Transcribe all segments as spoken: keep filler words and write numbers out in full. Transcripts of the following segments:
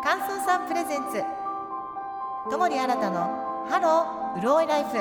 乾燥さんプレゼンツ戸森新太のハローうるおいライフ。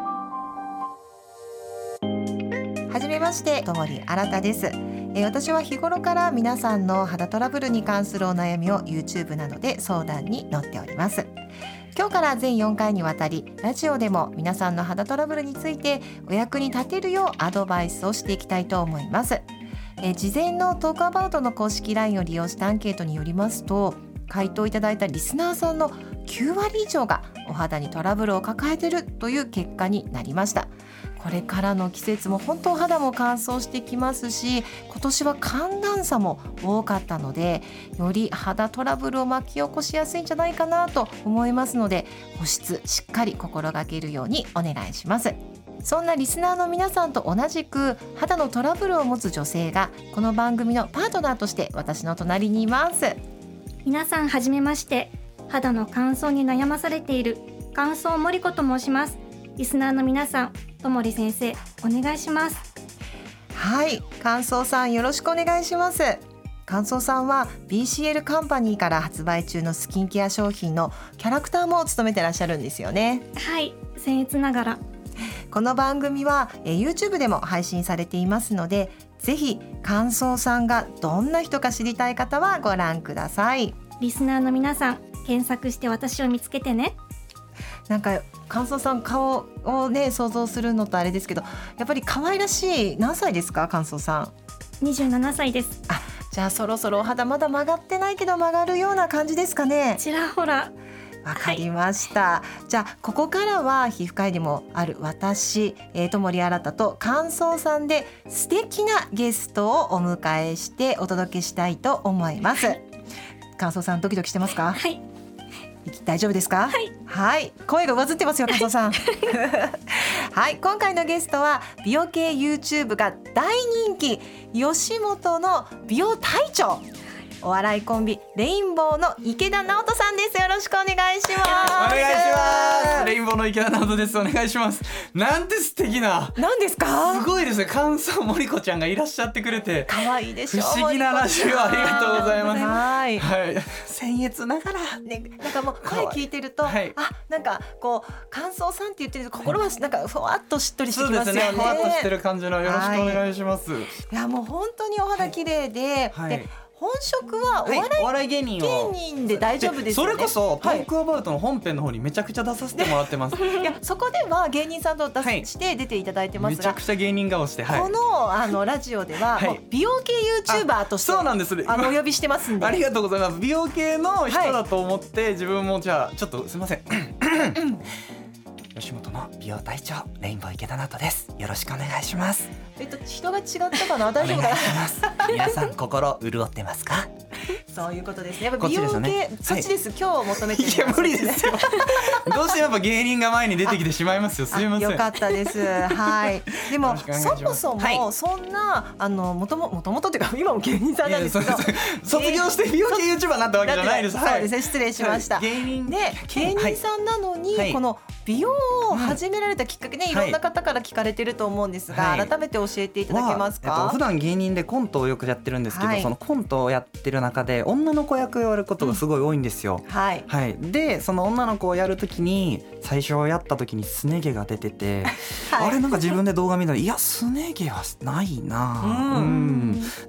はじめまして、戸森新太です。えー、私は日頃から皆さんの肌トラブルに関するお悩みを YouTube などで相談に乗っております。今日から全よんかいにわたりラジオでも皆さんの肌トラブルについてお役に立てるようアドバイスをしていきたいと思います。えー、事前のトークアバウトの公式 ライン を利用したアンケートによりますと、回答いただいたリスナーさんのきゅうわり以上がお肌にトラブルを抱えているという結果になりました。これからの季節も本当肌も乾燥してきますし、今年は寒暖差も多かったので、より肌トラブルを巻き起こしやすいんじゃないかなと思いますので、保湿しっかり心がけるようにお願いします。そんなリスナーの皆さんと同じく肌のトラブルを持つ女性がこの番組のパートナーとして私の隣にいます。 皆さんはじめまして、肌の乾燥に悩まされている乾燥森子と申します。リスナーの皆さん、戸森先生お願いします。 はい、乾燥さんよろしくお願いします。乾燥さんは ビーシーエル カンパニーから発売中のスキンケア商品のキャラクターも務めてらっしゃるんですよね。 はい、僭越ながら。 この番組はえ YouTube でも配信されていますので、ぜひ乾燥さんがどんな人か知りたい方はご覧ください。 リスナーの皆さん、検索して私を見つけてね。 なんか乾燥さん顔をね想像するのとあれですけど、やっぱり可愛らしい。何歳ですか、乾燥さん？ にじゅうななさいです。 あ、じゃあそろそろお肌まだ曲がってないけど曲がるような感じですかね。 ちらほら。 わかりました、はい、じゃあここからは皮膚科医でもある私、えー、戸森新太と乾燥さんで素敵なゲストをお迎えしてお届けしたいと思います、はい、乾燥さんドキドキしてますか？ はい、 大丈夫ですか？ はい、 はい、声が上ずってますよ乾燥さんはい、今回のゲストは美容系 YouTube が大人気吉本の美容隊長、お笑いコンビレインボーの池田直人さんです。よろしくお願いします。 お願いします。レインボーの池田直人です。お願いします。なんて素敵な。 何ですか？すごいですね。乾燥森子ちゃんがいらっしゃってくれて、 可愛いでしょ。 不思議なラジオありがとうございます。 はい、 はい、僭越ながら、 ね、なんかもう声聞いてると、はい、あ、なんかこう乾燥さんって言ってると心はなんかふわっとしっとりしてきますよね。 そうですね。ふわっとしてる感じの、よろしくお願いします。はい、 いやもう本当にお肌綺麗で、 はい、 で本職はお笑い、はい、 お笑い芸人を芸人で大丈夫ですよね。 それこそトークアバウトの本編の方にめちゃくちゃ出させてもらってます、 いやそこでは芸人さんと出して出ていただいてますが、 めちゃくちゃ芸人顔して、はい、 このあのラジオでは、はい、美容系 YouTuber としてそうなんです、 あのお呼びしてますんでありがとうございます。美容系の人だと思って、はい、自分もじゃあちょっとすいません吉本の美容隊長レインボー池田直人です。よろしくお願いします。 えっと人が違ったかな、大丈夫かな。 お願いします皆さん心潤ってますか？ そういうことですね。やっぱ美容系、ね、そっちです、はい、今日求めてる。 いや無理ですよどうしてやっぱ芸人が前に出てきてしまいますよ。すいません。 よかったです。はい。でもそもそもそんな、はい、あのもとももともとっていうか今も芸人さんなんですけど、 卒業して美容系 YouTuber になったわけじゃないです。 そうですね、失礼しました。 はい、芸人で芸人さんなのに、はい、この美容を始められたきっかけね、うん、いろんな方から聞かれてると思うんですが、はい、改めて教えていただけますか？ まあえっと、普段芸人でコントをよくやってるんですけど、はい、そのコントをやってる中で女の子役をやることがすごい多いんですよ、うん、はい、はい、でその女の子をやるときに最初やったときにすね毛が出てて、はい、あれなんか自分で動画見たらいやすね毛はないな、うん、うん、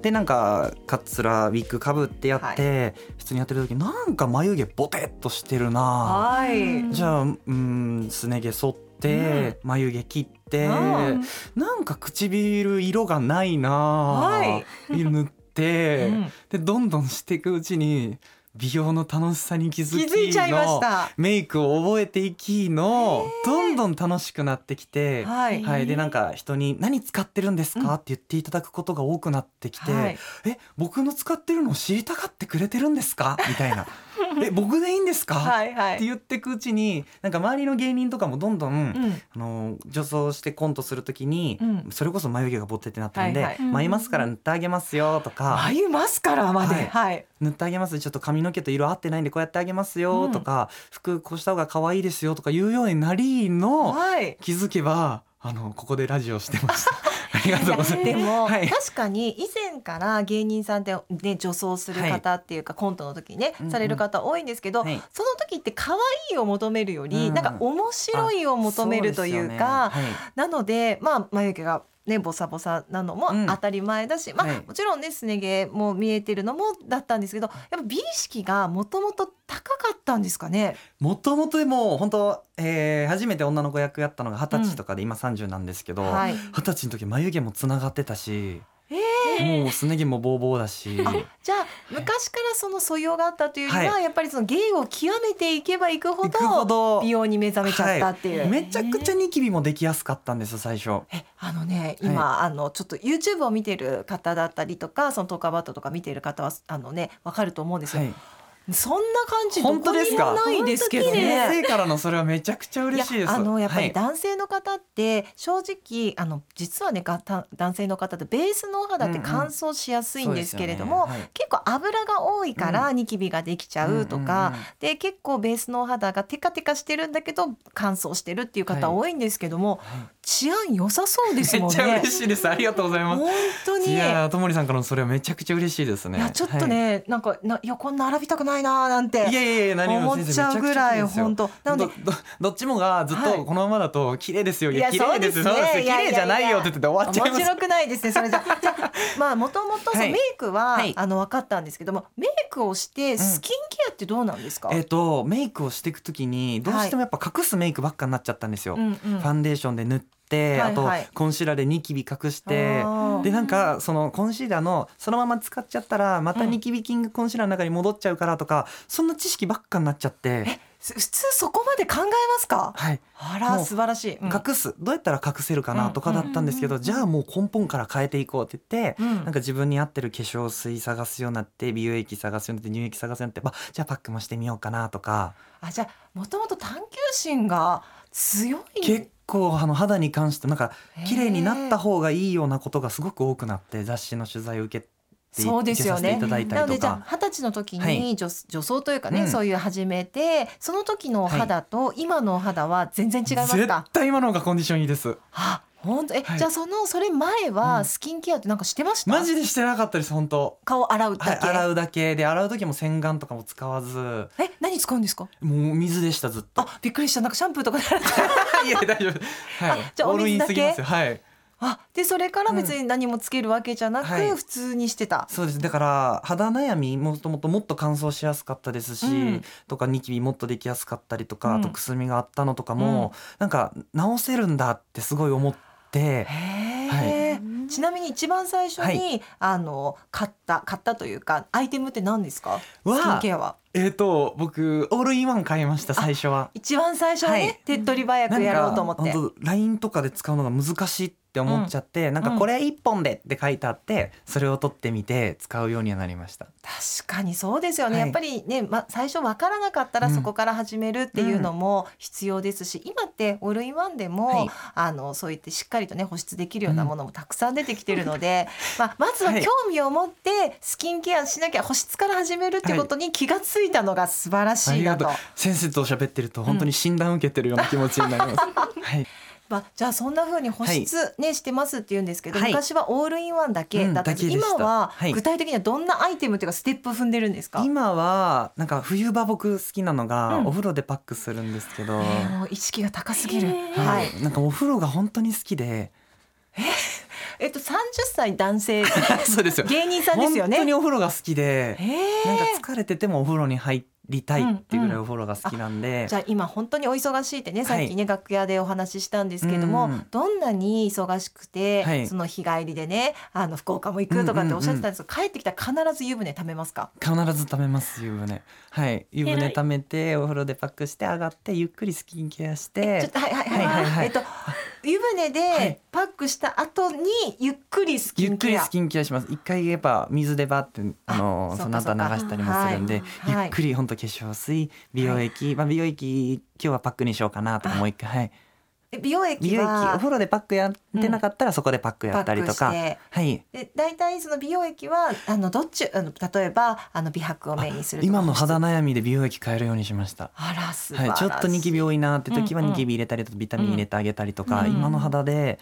でなんかカツラウィッグかぶってやって、はい、普通にやってるときなんか眉毛ボテッとしてるな、はい、じゃあうんすね毛剃って、うん、眉毛切って、うん、なんか唇色がないな、はい、塗って、うん、でどんどんしていくうちに美容の楽しさに気づきの、気づいちゃいました。メイクを覚えていきのどんどん楽しくなってきて、はいはい、でなんか人に何使ってるんですか、うん、って言っていただくことが多くなってきて、はい、え僕の使ってるのを知りたがってくれてるんですかみたいなえ僕でいいんですかはいはいって言っていくうちになんか周りの芸人とかもどんどん、うん、あの女装してコントするときに、うん、それこそ眉毛がボテってなってるんで、はいはい、眉マスカラ塗ってあげますよとか、 眉マスカラまで、はいはい、 塗ってあげます、ちょっと髪の毛と色合ってないんでこうやってあげますよとか、うん、服こうした方が可愛いですよとか言うようになりの、はい、気づけばあのここでラジオしてましたありがとうございます。 でも、 はい、 確かに以前から芸人さんって、ね、女装する方っていうか、はい、コントの時にね、うんうん、される方多いんですけど、はい、その時って可愛いを求めるより、うん、なんか面白いを求めるというか、ね、はい、なので、まあ、眉毛がね、ボサボサなのも当たり前だし、うん、まあ、はい、もちろんねすね毛も見えてるのもだったんですけど、やっぱ美意識がもともと高かったんですかね。 もともとでも本当、えー、初めて女の子役やったのが二十歳とかで、うん、今さんじゅうなんですけど、二十、はい、歳の時眉毛もつながってたし、えー、もうすね毛もボーボーだし、 あ、じゃあ昔からその素養があったというよりは、はい、やっぱりその芸を極めていけばいくほど美容に目覚めちゃったっていう、はい、 めちゃくちゃニキビもできやすかったんです最初。 えあのね今、はい、あのちょっと YouTube を見てる方だったりとか、そのトークアバウトとか見てる方はあのね分かると思うんですよ、はい、そんな感じどこにもないですけどね。 先生からのそれはめちゃくちゃ嬉しいです。 いや、あのやっぱり男性の方って正直、あの実はね男性の方ってベースのお肌って乾燥しやすいんですけれども、うんうんね、はい、結構油が多いからニキビができちゃうとか、うんうんうん、で結構ベースのお肌がテカテカしてるんだけど乾燥してるっていう方多いんですけども、はいはい、治安良さそうですもんね。 めっちゃ嬉しいです。ありがとうございます。 本当に。 いや、ともりさんからのそれはめちゃくちゃ嬉しいですね。 いやちょっとね、はい、なんかな横に並びたくないななんて。 いやいやいや、何も思っちゃうぐらい本当なのでど, ど, どっちもがずっとこのままだと綺麗ですよ、はい、いや綺麗です、そうです、綺麗じゃないよって言って終わっちゃいます。 面白くないですねそれじゃじゃまあもともとメイクは、はい、あの分かったんですけども、メイクをしてスキンケアってどうなんですか？ うん、えっ、ー、とメイクをしていくときにどうしてもやっぱ隠すメイクばっかになっちゃったんですよ、はい、うんうん、ファンデーションで塗って、はいはい、あとコンシーラーでニキビ隠して、でなんかそのコンシーラーのそのまま使っちゃったらまたニキビキングコンシーラーの中に戻っちゃうからとか、そんな知識ばっかになっちゃって。 え普通そこまで考えますか？ はい、 あら素晴らしい、うん、 隠すどうやったら隠せるかなとかだったんですけど、うんうんうんうん、じゃあもう根本から変えていこうって言って、うん、なんか自分に合ってる化粧水探すようになって、美容液探すようになって、乳液探すようになって、まあ、じゃあパックもしてみようかなとか。 あ、じゃあもともと探求心が強い。 結構あの肌に関してなんか綺麗になった方がいいようなことがすごく多くなって、雑誌の取材を受けてそうですよね。 なのでじゃあ二十歳の時に 女,、はい、女装というかね、うん、そういう始めて、その時のお肌と今のお肌は全然違いますか？ 絶対今の方がコンディションいいです。 あ、本当え、はい、じゃあそのそれ前はスキンケアってなんかしてました？ マジでしてなかったです本当。 顔洗うだけ、はい、 洗うだけで、洗う時も洗顔とかも使わず。 え、何使うんですか？ もう水でしたずっと。 あ、びっくりした。なんかシャンプーとかいや大丈夫、はい、 じゃあお水だけ。 オールインすぎますよ、はい。 あでそれから別に何もつけるわけじゃなく、うん、普通にしてた。 そうです。だから肌悩みもともともっと乾燥しやすかったですし、うん、とかニキビもっとできやすかったりとか、うん、あとくすみがあったのとかも、うん、なんか治せるんだってすごい思って、 へー、はい、ちなみに一番最初に、はい、あの買った買ったというかアイテムって何ですか？スキンケアは。 えーと僕オールインワン買いました最初は。 一番最初はね、はい、手っ取り早くやろうと思って。 なんか ライン とかで使うのが難しいって思っちゃって、うん、なんかこれ一本でって書いてあって、それを取ってみて使うようにはなりました。 確かにそうですよね、はい、やっぱりね、ま、最初分からなかったらそこから始めるっていうのも必要ですし、うん、今ってオールインワンでも、はい、あのそういってしっかりとね保湿できるようなものもたくさん出てきてるので、うん、まあ、まずは興味を持ってスキンケアしなきゃ、保湿から始めるってことに気がついたのが素晴らしいなと、はい、 先生と喋ってると本当に診断受けてるような気持ちになります、うん、はい。 まあ、じゃあそんな風に保湿、ね、はい、してますって言うんですけど、はい、昔はオールインワンだけだったんです、うん、今は具体的にはどんなアイテムっていうかステップ踏んでるんですか？ 今はなんか冬場僕好きなのが、うん、お風呂でパックするんですけど、 もう意識が高すぎる、 はい、なんかお風呂が本当に好きで、 ええっと、さんじゅっさい男性そうですよ、 芸人さんですよね。 本当にお風呂が好きで、なんか疲れててもお風呂に入ってりたいっていうぐらいお風呂が好きなんで、うんうん、 じゃあ今本当にお忙しいってね、さっきね、はい、楽屋でお話ししたんですけども、うん、どんなに忙しくて、はい、その日帰りでね、あの福岡も行くとかっておっしゃってたんですけど、うんうんうん、帰ってきたら必ず湯船溜めますか？ 必ず溜めます、湯船。はい、湯船溜めてお風呂でパックして上がってゆっくりスキンケアして、 ちょっとはいはいはい、はいはいはい、えっと湯船でパックした後にゆっくりスキンケア、 ゆっくりスキンケアします。一回やっぱ水でバッてあのその後流したりもするんで、はい、ゆっくり本当化粧水、美容液、はい、まあ、美容液今日はパックにしようかなとか、もう一回、はい、 美容液は美容液お風呂でパックやってなかったらそこでパックやったりとか、うん、はい、 で大体その美容液はあのどっちあの例えばあの美白をメインにするとか、 今の肌悩みで美容液変えるようにしました。 あら素晴らしい、 はい、ちょっとニキビ多いなって時はニキビ入れたりとかビタミン入れてあげたりとか、うんうん、今の肌で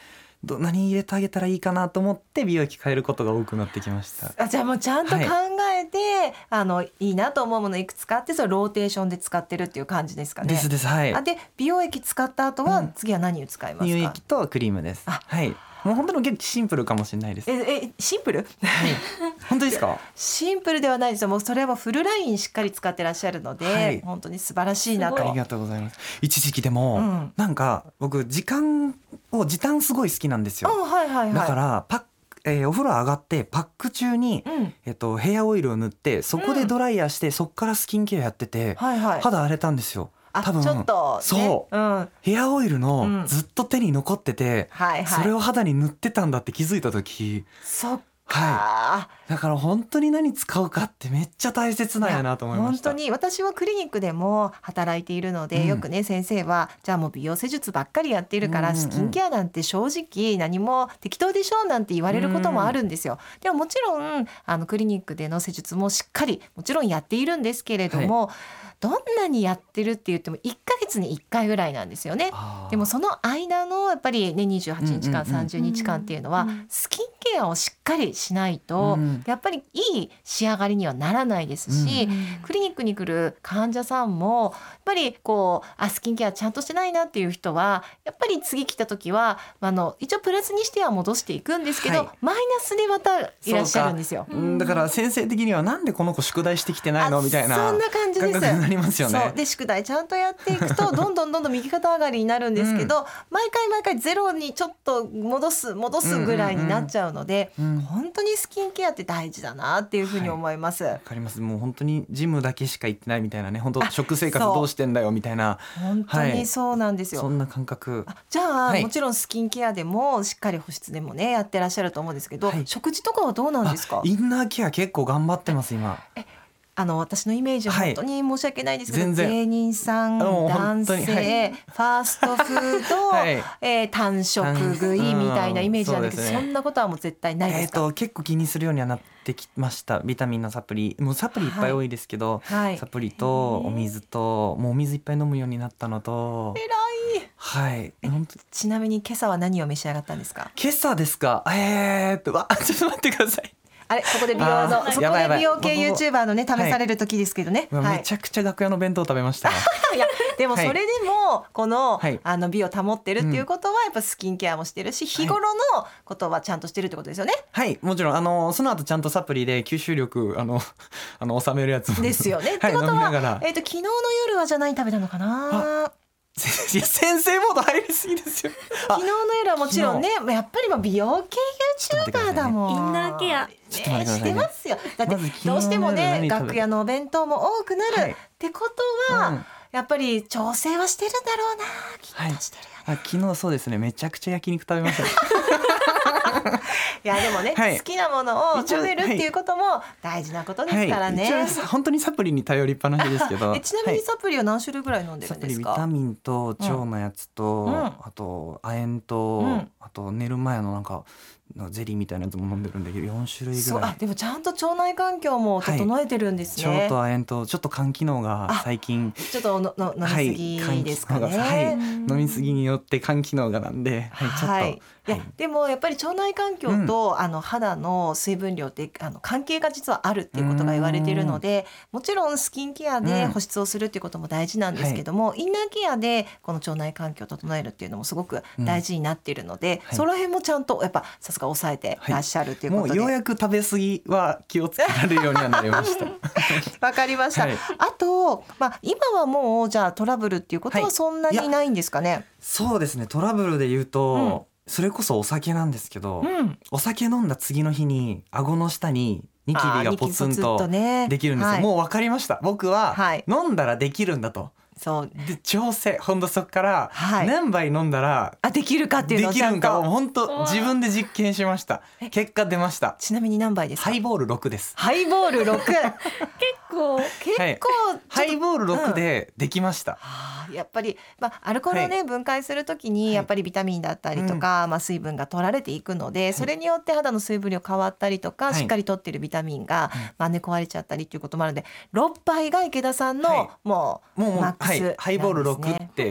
ど何入れてあげたらいいかなと思って美容液変えることが多くなってきました。 あ、じゃあもうちゃんと考えて、はい、あのいいなと思うものいくつかあってそれローテーションで使ってるっていう感じですかね。 ですです、はい。 あで美容液使った後は、うん、次は何を使いますか？ 美容液とクリームです。あ、はい。もう本当に結構シンプルかもしれないです。 ええシンプル？はい。 本当ですか？ シンプルではないですよ。もうそれはフルラインしっかり使ってらっしゃるので、はい、本当に素晴らしいなと。 ありがとうございます。一時期でも、うん、なんか僕時間を時短すごい好きなんですよ。 はいはいはい、 だからパッえー、お風呂上がってパック中に、うんえっと、ヘアオイルを塗ってそこでドライヤーして、うん、そこからスキンケアやってて、はいはい、肌荒れたんですよ。多分ちょっと、ね、 そう、うん、ヘアオイルのずっと手に残ってて、うんはいはい、それを肌に塗ってたんだって気づいた時、 そっか、 はい、だから本当に何使うかってめっちゃ大切なんやなと思いました。 本当に私はクリニックでも働いているので、うん、よくね先生はじゃあもう美容施術ばっかりやっているから、うんうん、スキンケアなんて正直何も適当でしょなんて言われることもあるんですよ、うん、でももちろんあのクリニックでの施術もしっかりもちろんやっているんですけれども、はいどんなにやってるって言ってもいっかげつにいっかいぐらいなんですよね。でもその間のやっぱりねにじゅうはちにちかん、うんうんうん、さんじゅうにちかんっていうのは、うん、スキンケアをしっかりしないと、うん、やっぱりいい仕上がりにはならないですし、うん、クリニックに来る患者さんもやっぱりこうあスキンケアちゃんとしてないなっていう人はやっぱり次来た時はあの一応プラスにしては戻していくんですけど、はい、マイナスでまたいらっしゃるんですよ。 うん、だから先生的にはなんでこの子宿題してきてないのみたいなそんな感じです。 なりますよね。 そうで宿題ちゃんとやっていくとどんどんどんどん右肩上がりになるんですけど、うん、毎回毎回ゼロにちょっと戻す戻すぐらいになっちゃうので、うんうんうん、本当にスキンケアって大事だなっていうふうに思います。わ、 はい、かります。もう本当にジムだけしか行ってないみたいなね、本当食生活どうしてんだよみたいな、 本当にそうなんですよ、 はい、そんな感覚。 あじゃあ、はい、もちろんスキンケアでもしっかり保湿でもねやってらっしゃると思うんですけど、はい、食事とかはどうなんですか？ インナーケア結構頑張ってます今。 えあの私のイメージは本当に申し訳ないですけど、 はい、 芸人さん男性、はい、ファーストフード、はいえー、単食食いみたいなイメージなんですけど、 そ, ね、そんなことはもう絶対ないですか？ えー、と結構気にするようにはなってきました。ビタミンのサプリもうサプリいっぱい多いですけど、はい、サプリとお水ともうお水いっぱい飲むようになったのと。 えらい。 はい、 ちなみに今朝は何を召し上がったんですか？ 今朝ですか？えーっとわちょっと待ってください。 あれここで美容のそこで美容系 YouTuber のね試される時ですけどね、 はい、めちゃくちゃ楽屋の弁当食べましたいやでもそれでもこの、はい、あの美を保ってるっていうことはやっぱスキンケアもしてるし、うん、日頃のことはちゃんとしてるってことですよね。 はいもちろんあのその後ちゃんとサプリで吸収力あのあの収めるやつもですよね、はい、ってことは、えー、と昨日の夜はじゃあ何食べたのかな。 いや先生モード入りすぎですよ昨日の夜はもちろんねやっぱり美容系 YouTuber だもん、 インナーケア、ね、 してますよ。だってどうしてもね楽屋のお弁当も多くなる、はい、ってことは、うん、やっぱり調整はしてるんだろうな、きっとしてるよね、 はい、あ昨日そうですねめちゃくちゃ焼肉食べましたいやでもね、はい、好きなものを食べるっていうことも大事なことですからね、 はい、本当にサプリに頼りっぱなしですけどえちなみにサプリは何種類ぐらい飲んでるんですか？ サプリビタミンと腸のやつと、うん、あと亜鉛と、うん、あと寝る前のなんかゼリーみたいなやつも飲んでるんでよんしゅるいぐらい。 そうあでもちゃんと腸内環境も整えてるんですね、 はい、腸と亜鉛とちょっと肝機能が最近ちょっとのの飲みすぎですかね、 はいはい、飲みすぎによって肝機能がなんで、はい、ちょっと、はいいやでもやっぱり腸内環境と、うん、あの肌の水分量ってあの関係が実はあるっていうことが言われているので、もちろんスキンケアで保湿をするっていうことも大事なんですけども、うん、インナーケアでこの腸内環境を整えるっていうのもすごく大事になっているので、うん、その辺もちゃんとやっぱさすが抑えてらっしゃるっていうことで、 はい、もうようやく食べ過ぎは気をつけられるようにはなりましたわかりました、はい、あと、まあ、今はもうじゃあトラブルっていうことはそんなにないんですかね？はい、 そうですねトラブルで言うと、うんそれこそお酒なんですけど、うん、お酒飲んだ次の日に顎の下にニキビがポツンとできるんですよ、ねはい、もう分かりました僕は、はい、飲んだらできるんだとそうで調整ほんとそこから何杯飲んだらあできるかっていうのをできるんか本当自分で実験しました結果出ました。 ちなみに何杯ですか？ ハイボールろくです。 ハイボールろく結構結構、はい、 ハイボールろくでできました、うんはあ、やっぱり、まあ、アルコールをね、はい、分解するときにやっぱりビタミンだったりとか、はいまあ、水分が取られていくので、はい、それによって肌の水分量変わったりとか、はい、しっかり取ってるビタミンが、はいまあね、壊れちゃったりっていうこともあるのでろっぱいが池田さんの、はい、もうもうマックスなんですね。 はい、ハイボールろくって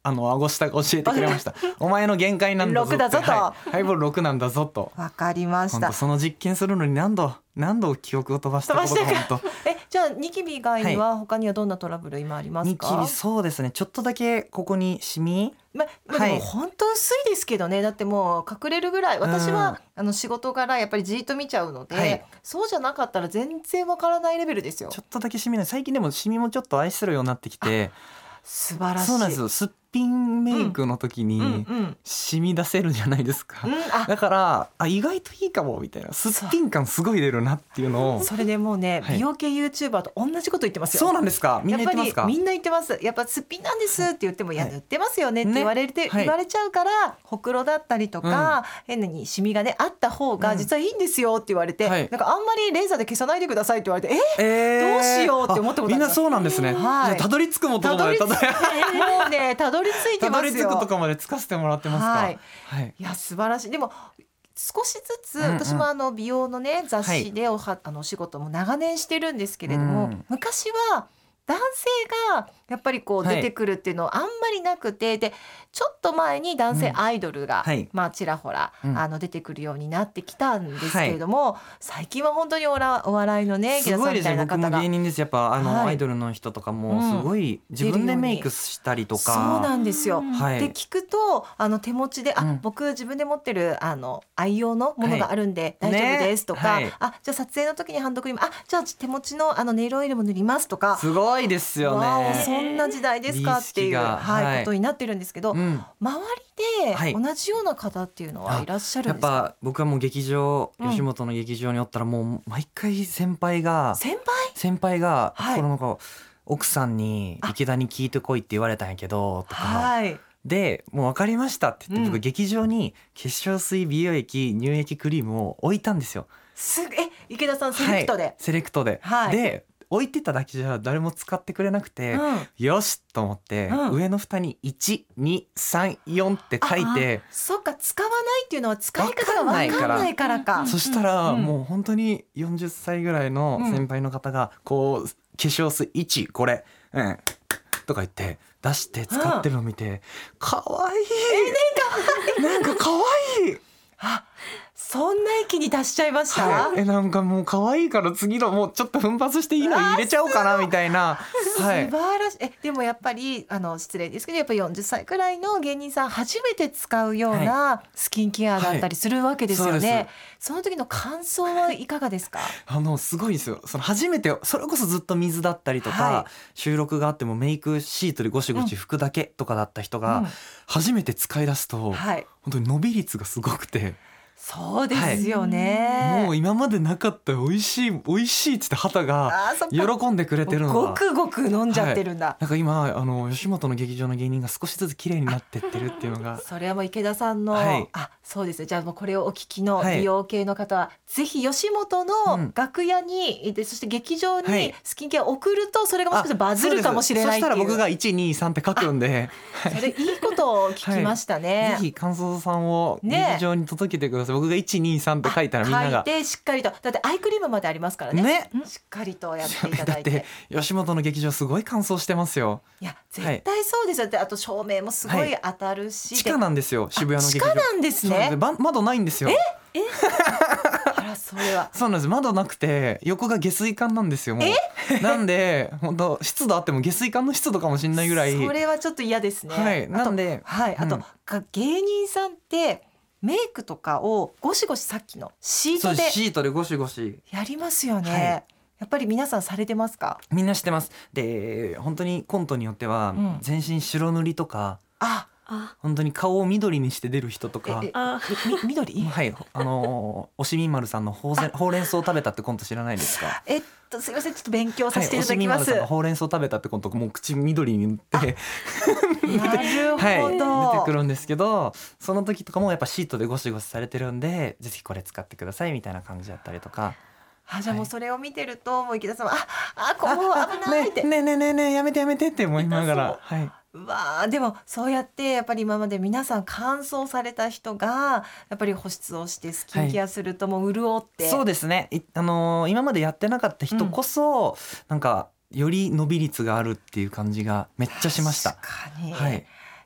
あの顎下が教えてくれましたお前の限界なんだぞってろくだぞと、 はい、ハイボールろくなんだぞと。 わかりました。 その実験するのに何度何度記憶を飛ばしたことか本当えじゃあニキビ以外には他にはどんなトラブル今ありますか？ ニキビそうですね、ちょっとだけここにシミ、 ままあ、でも本当薄いですけどね、だってもう隠れるぐらい私は、うん、あの仕事柄やっぱりじっと見ちゃうので、はい、そうじゃなかったら全然わからないレベルですよ。 ちょっとだけシミない。最近でもシミもちょっと愛するようになってきて。 素晴らしい。 そうなんですよ。すっぴんメイクの時にシミ出せるじゃないですか、うんうんうん、だからあ意外といいかもみたいな、すっぴん感すごい出るなっていうのを。 それでもうね、はい、美容系 YouTuber と同じこと言ってますよ。 そうなんですか。みんな言ってますか？ やっぱりみんな言ってます。やっぱすっぴんなんですって言っても、はい、いや塗ってますよねって言われて、ね、言われちゃうから、はい、ほくろだったりとか、うん、変にシミがねあった方が実はいいんですよって言われて、うん、なんかあんまりレーザーで消さないでくださいって言われて、えー、えー、どうしようって思ったことあります。 みんなそうなんですね、はい、たどり着くもとこまでたどりもうねたどり着いてますよ。たどり着くとこまでつかせてもらってますか？ はい、はい、いや素晴らしい。でも少しずつ、うんうん、私もあの美容のね雑誌でおは、はい、あのお仕事も長年してるんですけれども、うん、昔は男性がやっぱりこう出てくるっていうのはあんまりなくて、はい、でちょっと前に男性アイドルが、うんはい、まあちらほら、うん、あの出てくるようになってきたんですけれども、はい、最近は本当におらお笑いのねすごいですね。僕も芸人です。やっぱあの、はい、アイドルの人とかもすごい自分でメイクしたりとか、 そうなんですよ、 はい、 で聞くとあの手持ちであ、うん、僕自分で持ってるあの愛用のものがあるんで大丈夫ですとか、はいね、あじゃあ撮影の時にハンドクリームあじゃあ手持ちのあのネイルオイルも塗りますとか、 すごいですよね。 そんな時代ですかっていう、はいはい、ことになってるんですけど、うん、周りで同じような方っていうのはいらっしゃるんですか？ やっぱ僕はもう劇場、うん、吉本の劇場におったらもう毎回先輩が先輩先輩が、はい、このなんか奥さんに池田に聞いてこいって言われたんやけどとか、はい、でもう分かりましたって言って、僕劇場に化粧水美容液乳液クリームを置いたんですよ。 すえ池田さんセレクトで、はい、 セレクトで、はい、で置いてただけじゃ誰も使ってくれなくて、うん、よしと思って、うん、上の蓋にいちにさんよんって書いて、 そっか使わないっていうのは使い方が分かんないからか、 うん、そしたら、うん、もう本当によんじゅっさいぐらいの先輩の方がこう化粧水いちこれ、うん、とか言って出して使ってるのを見て、うん、かわいい、えー、なんかかわいいあそんな域に達しちゃいました、 はい、えなんかもう可愛いから次のもうちょっと奮発していいの入れちゃおうかなみたいな、 はい、素晴らしい。えでもやっぱりあの失礼ですけどやっぱりよんじゅっさいくらいの芸人さん初めて使うようなスキンケアだったりするわけですよね、はいはい、そ, その時の感想はいかがですか？ あのすごいですよ。その初めてそれこそずっと水だったりとか、はい、収録があってもメイクシートでゴシゴシ拭くだけとかだった人が、うん、初めて使い出すと、はい、本当に伸び率がすごくて、 そうですよね、 はい、もう今までなかった美味しい美味しいって言って肌が喜んでくれてるのがごくごく飲んじゃってるんだ、はい、 なんか今あの吉本の劇場の芸人が少しずつ綺麗になってってるっていうのがそれはもう池田さんの、はい、あそうですね。じゃあもうこれをお聞きの美容系の方は、はい、ぜひ吉本の楽屋に、うん、でそして劇場にスキンケアを送るとそれがもしかしたらバズるかもしれないっていう。 そ, そしたら僕がいちにさんって書くんでそれいいことを聞きましたね、 はい、ぜひ感想さんを劇場に届けてください、ね、僕がいちにさんって書いたらみんなが書いてしっかりとだってアイクリームまでありますから ね, ねしっかりとやっていただいて。 だって吉本の劇場すごい乾燥してますよ。 いや絶対そうですよ、はい、あと照明もすごい当たるし、 はい、地下なんですよ渋谷の劇場。 地下なんですね。 で窓ないんですよ。 ええあらそれはそうなんです。窓なくて横が下水管なんですよ。もうなんで本当湿度あっても下水管の湿度かもしれないぐらい。 それはちょっと嫌ですね。 はいなんではいあと、うん、芸人さんってメイクとかをゴシゴシさっきのシートでシートでゴシゴシやりますよね、はい、やっぱり皆さんされてますか？ みんなしてます。で本当にコントによっては、うん、全身白塗りとかあ本当に顔を緑にして出る人とかあみ緑はいあのー、おしみまるさんのほうぜほうれん草を食べたってコント知らないですか？ えっとすいませんちょっと勉強させていただきます、はい、おしみまるさんのほうれん草を食べたってコントもう口緑に塗ってなるほど、 はい、出てくるんですけどその時とかもやっぱシートでゴシゴシされてるんでぜひこれ使ってくださいみたいな感じだったりとか。 あじゃあもうそれを見てると、はい、もう池田さんはああここ危ないってねえねえねえねえやめてやめてって思いながら、はい、 うわでもそうやってやっぱり今まで皆さん乾燥された人がやっぱり保湿をしてスキンケアするともう潤って、 はい、そうですねあのー、今までやってなかった人こそ、うん、なんかより伸び率があるっていう感じがめっちゃしました。 確かに、 はい、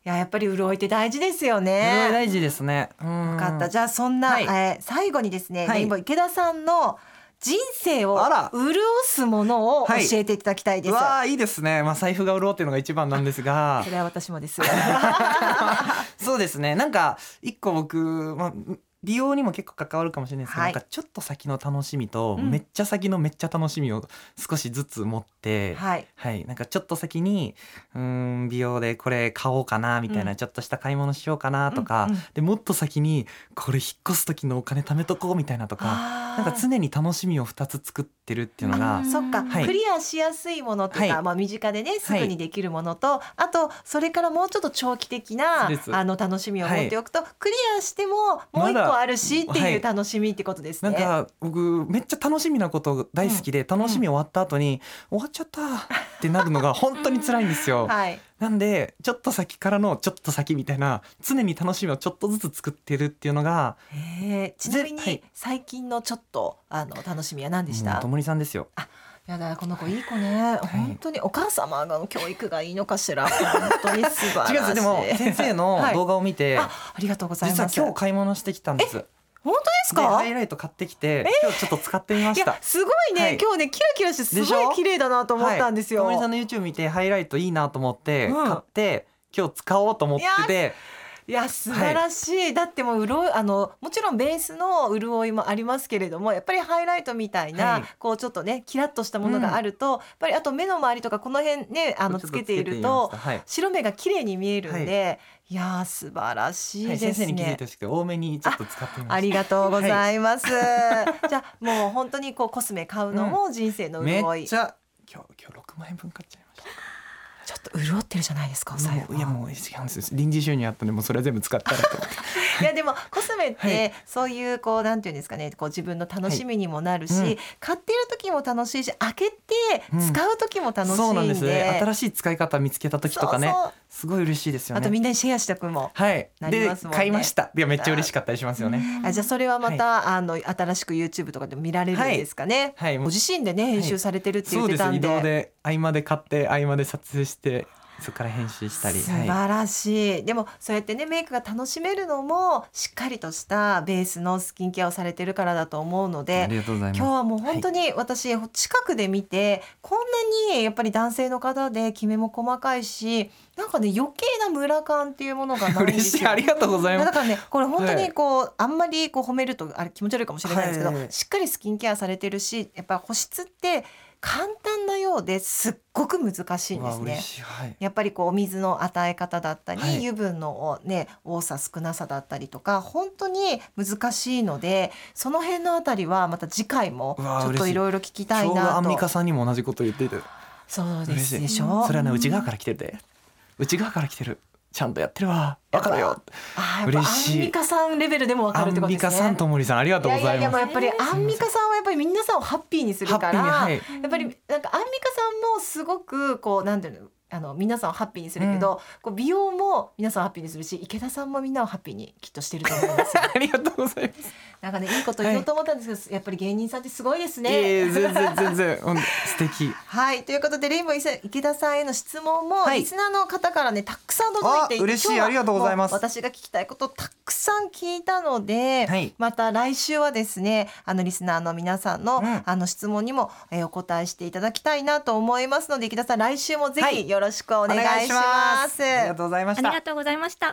いややっぱり潤いって大事ですよね。 潤い大事ですね。うん、 よかった。じゃあそんな、はい、えー、最後にですね、はい、レインボー池田さんの人生を潤すものを教えていただきたいです。 はい、わあいいですね。まあ財布が潤っていうのが一番なんですがそれは私もですそうですね。なんか一個僕、まあ美容にも結構関わるかもしれないですけど、はい、なんかちょっと先の楽しみと、めっちゃ先のめっちゃ楽しみを少しずつ持って、はい、はい、なんかちょっと先にうーん美容でこれ買おうかなみたいな、うん、ちょっとした買い物しようかなとか、うんうん、でもっと先にこれ引っ越す時のお金貯めとこうみたいなとか、なんか常に楽しみをふたつ作ってるっていうのが、 そっか、はい、クリアしやすいものというか、はい、まあ、身近でねすぐにできるものと、はい、あとそれからもうちょっと長期的なあの楽しみを持っておくと、はい、クリアしてももう一個あるしっていう楽しみってことですね。 なんか僕めっちゃ楽しみなこと大好きで、うん、楽しみ終わった後に、うん、終わっちゃったってなるのが本当に辛いんですよ、はい、なんでちょっと先からのちょっと先みたいな、常に楽しみをちょっとずつ作ってるっていうのが。 へー、ちなみに最近のちょっとあの楽しみは何でした？ ともりさんですよ。 あ、やだこの子いい子ね、はい、本当にお母様の教育がいいのかしら。本当に素晴らしい。違うんです。 でも先生の動画を見て、 はい、あ, ありがとうございます。 実は今日買い物してきたんです。 本当ですか？ ハイライト買ってきて今日ちょっと使ってみました。いやすごいね、はい、今日ねキラキラしてすごい綺麗だなと思ったんですよ。 ともりさんの YouTube 見てハイライトいいなと思って買って、うん、今日使おうと思ってて。 いや素晴らしい、はい、だってもう潤いあのもちろんベースの潤いもありますけれども、やっぱりハイライトみたいな、はい、こうちょっとねキラッとしたものがあると、うん、やっぱりあと目の周りとかこの辺ねあのつけていると、はい、白目が綺麗に見えるんで、はい、いや素晴らしいですね、はい、 先生に気づいてほしくて多めにちょっと使ってみました。 あ, ありがとうございます、はい、じゃあもう本当にこうコスメ買うのも人生の潤い、うん、めっちゃ今日、今日ろくまんえんぶん買っちゃいました。 ちょっと潤ってるじゃないですか。 いやもう違うんです。臨時収入あったんでもうそれは全部使ったらと思っていやでもコスメってそういうこうなんていうんですかね、こう自分の楽しみにもなるし、はい、うん、買っている時も楽しいし開けて使う時も楽しいんで、うん、そうなんですね。 新しい使い方見つけた時とかね、そうそうすごい嬉しいですよね。 あとみんなにシェアしたくもなりますもんね。 で買いました。いやめっちゃ嬉しかったりしますよね。 あ、じゃあそれはまた、はい、あの新しく YouTube とかでも見られるんですかね。はいはい、ご自身でね編集されてるって言ってたんで、 はい、そうです。移動で合間で買って合間で撮影してそこから編集したり。 素晴らしい、はい、でもそうやってねメイクが楽しめるのもしっかりとしたベースのスキンケアをされてるからだと思うので、 ありがとうございます。 今日はもう本当に私、はい、近くで見てこんなにやっぱり男性の方でキメも細かいし、なんかね余計なムラ感っていうものがないんですよ。 嬉しい、ありがとうございます。 だからねこれ本当にこう、はい、あんまりこう褒めるとあれ気持ち悪いかもしれないんですけど、はい、しっかりスキンケアされてるし、やっぱ保湿って簡単なようですっごく難しいんですね。はい、やっぱりこうお水の与え方だったり、はい、油分の、ね、多さ少なさだったりとか本当に難しいので、その辺のあたりはまた次回もちょっといろいろ聞きたいなと。 今日アンミカさんにも同じこと言っていて、 そうですでしょ。 それはね内側から来てるで、内側から来てる、ちゃんとやってるわ、分かるよ。 あ、嬉しい。アンミカさんレベルでも分かるってことですね。 アンミカさん、ともりさんありがとうございます。いやいや、 やっぱりアンミカさんはやっぱり皆さんをハッピーにするから、はい、やっぱりなんかアンミカさんもすごくこうなんていうの、あの皆さんをハッピーにするけど、うん、こう美容も皆さんをハッピーにするし、池田さんもみんなをハッピーにきっとしてると思いますありがとうございます。 なんかねいいこと言おうと思ったんですけど、はい、やっぱり芸人さんってすごいですね。 いや全然全然素敵はい、ということでレインボー池田さんへの質問も、はい、リスナーの方からねたくさん届いていて、 嬉しい、ありがとうございます。 私が聞きたいことたくさん聞いたので、はい、また来週はですねあのリスナーの皆さんの、うん、あの質問にも、えー、お答えしていただきたいなと思いますので、池田さん来週もぜひよろしくお願いします。はい、 ありがとうございました。 ありがとうございました。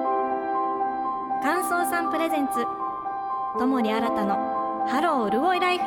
感想さんプレゼンツともり新たのハロー潤いライフ。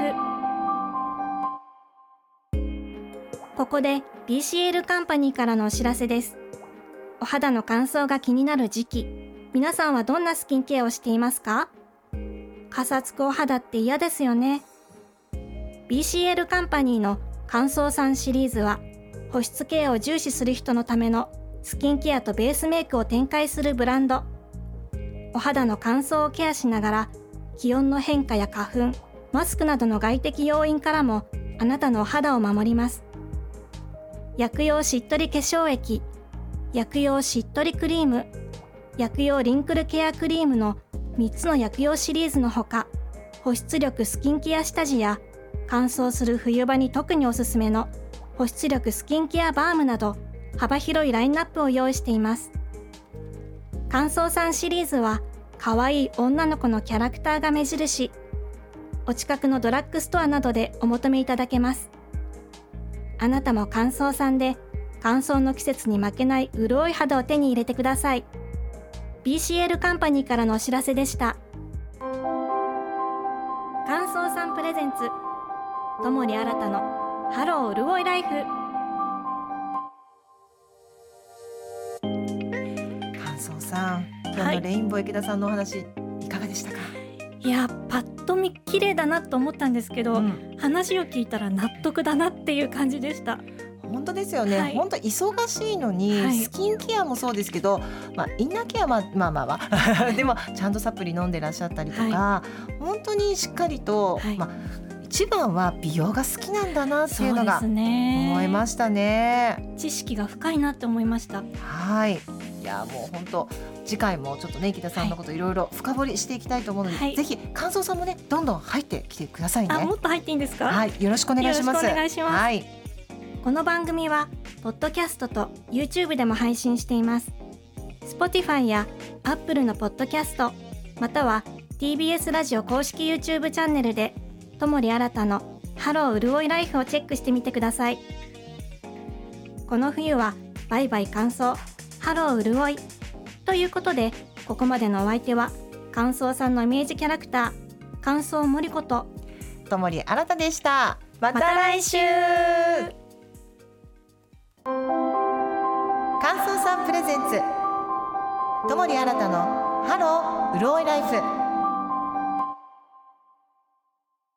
ここで ビーシーエル カンパニーからのお知らせです。お肌の乾燥が気になる時期、皆さんはどんなスキンケアをしていますか？かさつくお肌って嫌ですよね。 ビーシーエル カンパニーの乾燥さんシリーズは保湿ケアを重視する人のためのスキンケアとベースメイクを展開するブランド。お肌の乾燥をケアしながら気温の変化や花粉、マスクなどの外的要因からもあなたのお肌を守ります。薬用しっとり化粧液、薬用しっとりクリーム、薬用リンクルケアクリームのみっつの薬用シリーズのほか、保湿力スキンケア下地や乾燥する冬場に特におすすめの保湿力スキンケアバームなど幅広いラインナップを用意しています。 乾燥さんシリーズは可愛い女の子のキャラクターが目印。お近くのドラッグストアなどでお求めいただけます。あなたも乾燥さんで乾燥の季節に負けない潤い肌を手に入れてください。 ビーシーエル カンパニーからのお知らせでした。乾燥さんプレゼンツ友利新のハロー潤いライフ。 乾燥さん、今日のレインボー池田さんのお話、はい、いかがでしたか？ いや、パッと見綺麗だなと思ったんですけど、うん、話を聞いたら納得だなっていう感じでした。 本当ですよね、はい、本当忙しいのに、はい、スキンケアもそうですけど、まあ、インナーケアはまあまあまあでもちゃんとサプリ飲んでらっしゃったりとか、はい、本当にしっかりと、はい、まあ、一番は美容が好きなんだなっていうのが思いましたね。 知識が深いなって思いました。 はい、いやもう本当次回もちょっとね池田さんのこといろいろ深掘りしていきたいと思うので、はい、ぜひ乾燥さんもねどんどん入ってきてくださいね。 あ、もっと入っていいんですか？ はい、よろしくお願いします。 よろしくお願いします。 はい、 この番組はポッドキャストと YouTube でも配信しています。 Spotify や Apple のポッドキャスト、または ティービーエス ラジオ公式 YouTube チャンネルで友利新のハロー潤いライフをチェックしてみてください。この冬はバイバイ乾燥、ハロー潤いということで、ここまでのお相手は乾燥さんのイメージキャラクター乾燥森子と友利新でした。また来週。乾燥さんプレゼンツ友利新のハロー潤いライフ。